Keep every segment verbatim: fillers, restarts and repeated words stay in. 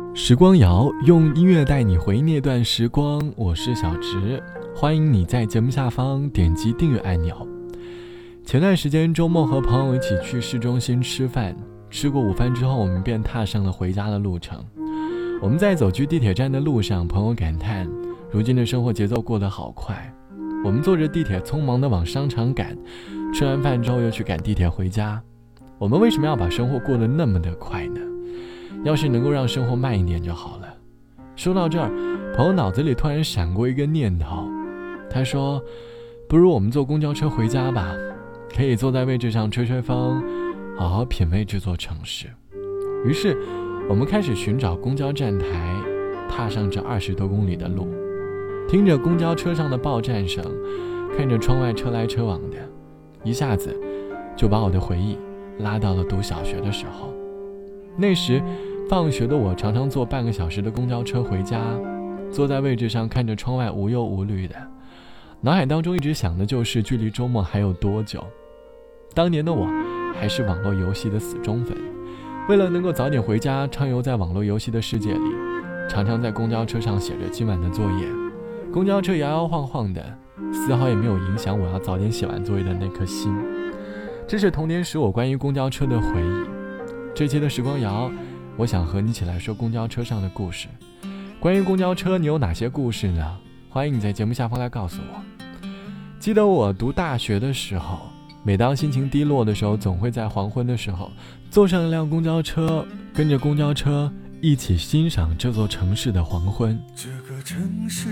时光谣，用音乐带你回忆那段时光。我是小直，欢迎你在节目下方点击订阅按钮。前段时间周末和朋友一起去市中心吃饭，吃过午饭之后，我们便踏上了回家的路程。我们在走去地铁站的路上，朋友感叹如今的生活节奏过得好快。我们坐着地铁匆忙地往商场赶，吃完饭之后又去赶地铁回家。我们为什么要把生活过得那么的快呢？要是能够让生活慢一点就好了。说到这儿，朋友脑子里突然闪过一个念头，他说不如我们坐公交车回家吧，可以坐在位置上吹吹风，好好品味这座城市。于是我们开始寻找公交站台，踏上这二十多公里的路，听着公交车上的报站声，看着窗外车来车往的，一下子就把我的回忆拉到了读小学的时候。那时放学的我常常坐半个小时的公交车回家，坐在位置上看着窗外无忧无虑的，脑海当中一直想的就是距离周末还有多久。当年的我还是网络游戏的死忠粉，为了能够早点回家，畅游在网络游戏的世界里，常常在公交车上写着今晚的作业。公交车摇摇晃晃的，丝毫也没有影响我要早点写完作业的那颗心。这是童年时我关于公交车的回忆。这期的时光谣，我想和你一起来说公交车上的故事。关于公交车，你有哪些故事呢？欢迎你在节目下方来告诉我。记得我读大学的时候，每当心情低落的时候，总会在黄昏的时候坐上一辆公交车，跟着公交车一起欣赏这座城市的黄昏。 这个城市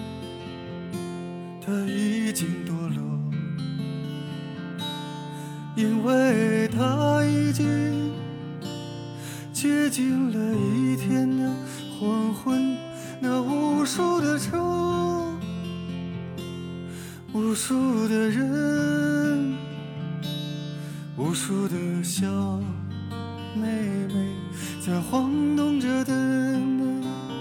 它已经堕落，因为它已经接近了一天的黄昏。那无数的车，无数的人，无数的小妹妹在晃动着灯。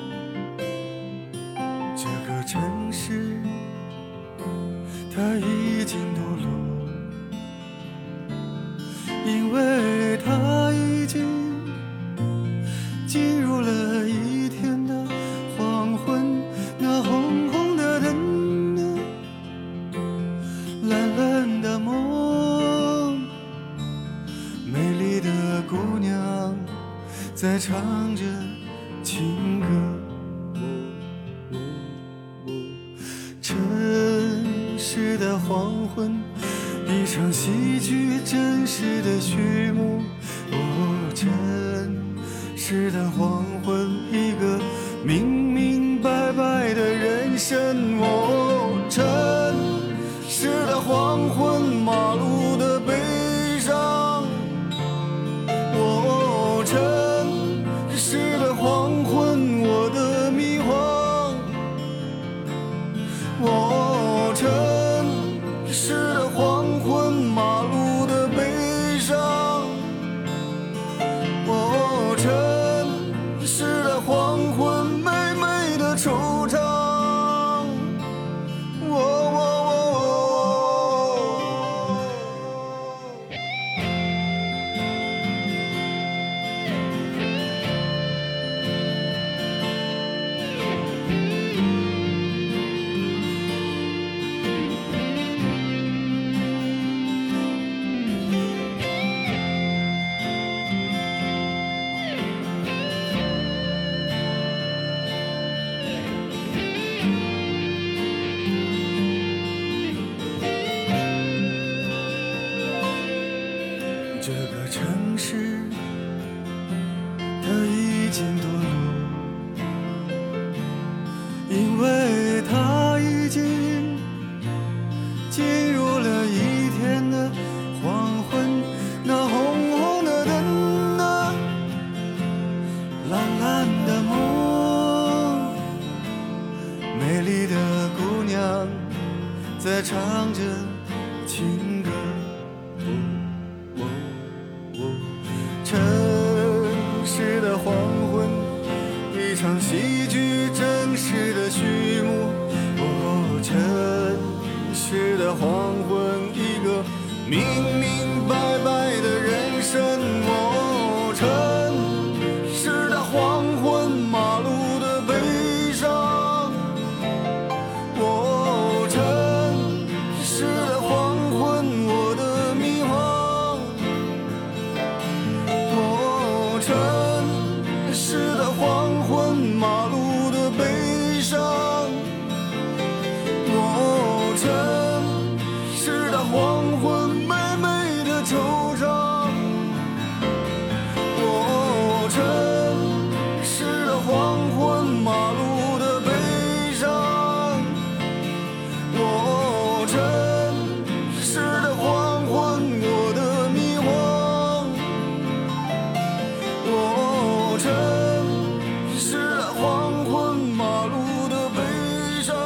这个城市它已经堕落，因为它已经进入了一天的黄昏。那红红的灯，蓝蓝的梦，美丽的姑娘在唱着情歌。城市的黄昏，一场戏剧真实的序幕。哦，城市的黄昏，一个明明白白的人生。哦，城市的黄昏，马路的悲伤。哦，城市的黄昏，我的迷惘。哦，城市的黄昏，马路的悲伤。哦，城市的黄昏，美美的惆怅。哦哦这个城市它已经堕落，因为它已经进入了一天的黄昏。那红红的灯啊，蓝蓝的梦，美丽的姑娘在唱着情歌。城市的黄昏，一场戏剧真实的序幕。哦，城市的黄昏，一个明明白白的人生。哦，城市的黄昏。 城市的黄昏，马路的悲伤。哦，城市的黄昏，美美的惆怅。哦，城市的黄昏，马路的悲伤。哦，城市的黄昏，我的迷惘。哦，城市的黄昏，马路的悲伤。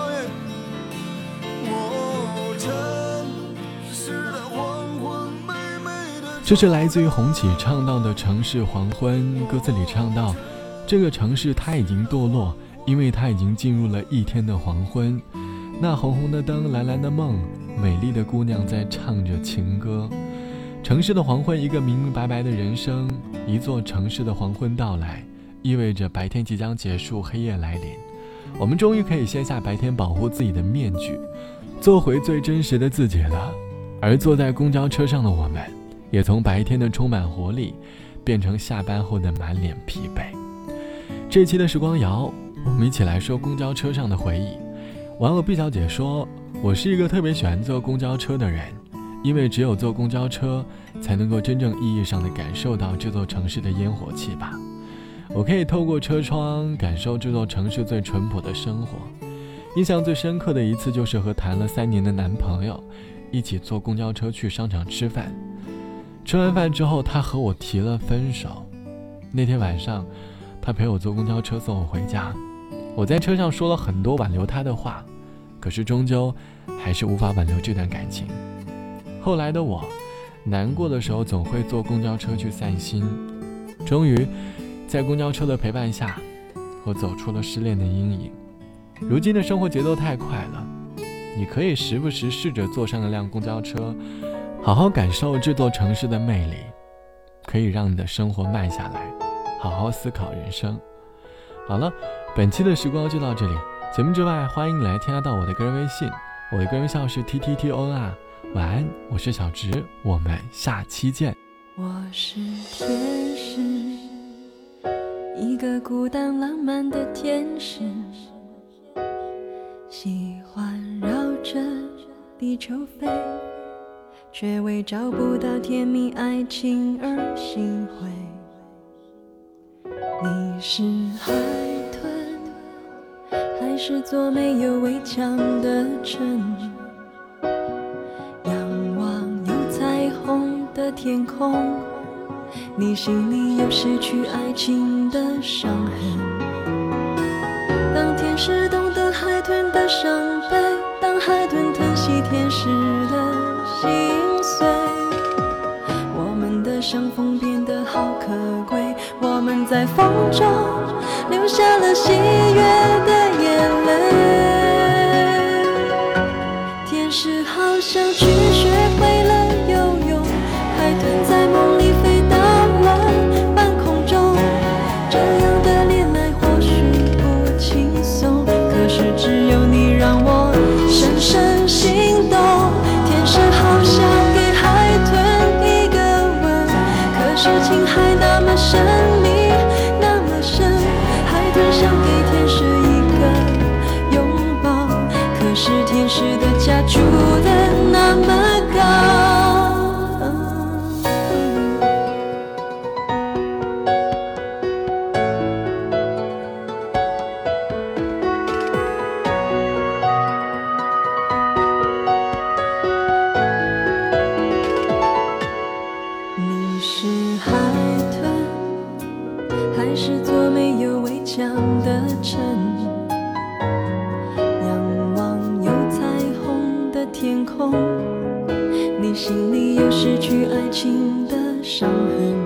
哦，城市的黄昏，美美的。 这是来自于洪启唱到的《城市黄昏》，歌词里唱到，这个城市它已经堕落，因为它已经进入了一天的黄昏。那红红的灯，蓝蓝的梦，美丽的姑娘在唱着情歌。城市的黄昏，一个明明白白的人生，一座城市的黄昏到来，意味着白天即将结束，黑夜来临。我们终于可以卸下白天保护自己的面具，做回最真实的自己了。而坐在公交车上的我们，也从白天的充满活力，变成下班后的满脸疲惫。这期的时光谣，我们一起来说公交车上的回忆。网友毕小姐说，我是一个特别喜欢坐公交车的人，因为只有坐公交车才能够真正意义上的感受到这座城市的烟火气吧。我可以透过车窗感受这座城市最淳朴的生活。印象最深刻的一次就是和谈了三年的男朋友一起坐公交车去商场吃饭。吃完饭之后，他和我提了分手。那天晚上，他陪我坐公交车送我回家。我在车上说了很多挽留他的话，可是终究还是无法挽留这段感情。后来的我，难过的时候总会坐公交车去散心。终于，在公交车的陪伴下，我走出了失恋的阴影。如今的生活节奏太快了，你可以时不时试着坐上一辆公交车，好好感受这座城市的魅力，可以让你的生活慢下来，好好思考人生。好了，本期的时光就到这里。节目之外，欢迎你来添加到我的个人微信，我的个人微信是 T T T O N 啊。晚安，我是小直，我们下期见。 我是天使，一个孤单浪漫的天使，喜欢绕着地球飞，却为找不到甜蜜爱情而心灰。你是海豚，还是座没有围墙的城？仰望有彩虹的天空，你心里有失去爱情的伤痕。当天使懂得海豚的伤悲，当海豚吞吸天使的心碎，我们的相逢变得好可贵，我们在风中留下了喜悦的眼泪。天使好像去学会了游泳，海豚在梦里飞到了半空中，这样的恋爱或许不轻松，可是只有你让我深深心动。天使好想给海豚一个吻，可是情还那么神秘那么深，海豚想给天使一个拥抱，可是天使的家住得那么高。你是海豚，还是座没有围墙的城？仰望有彩虹的天空，你心里有失去爱情的伤痕。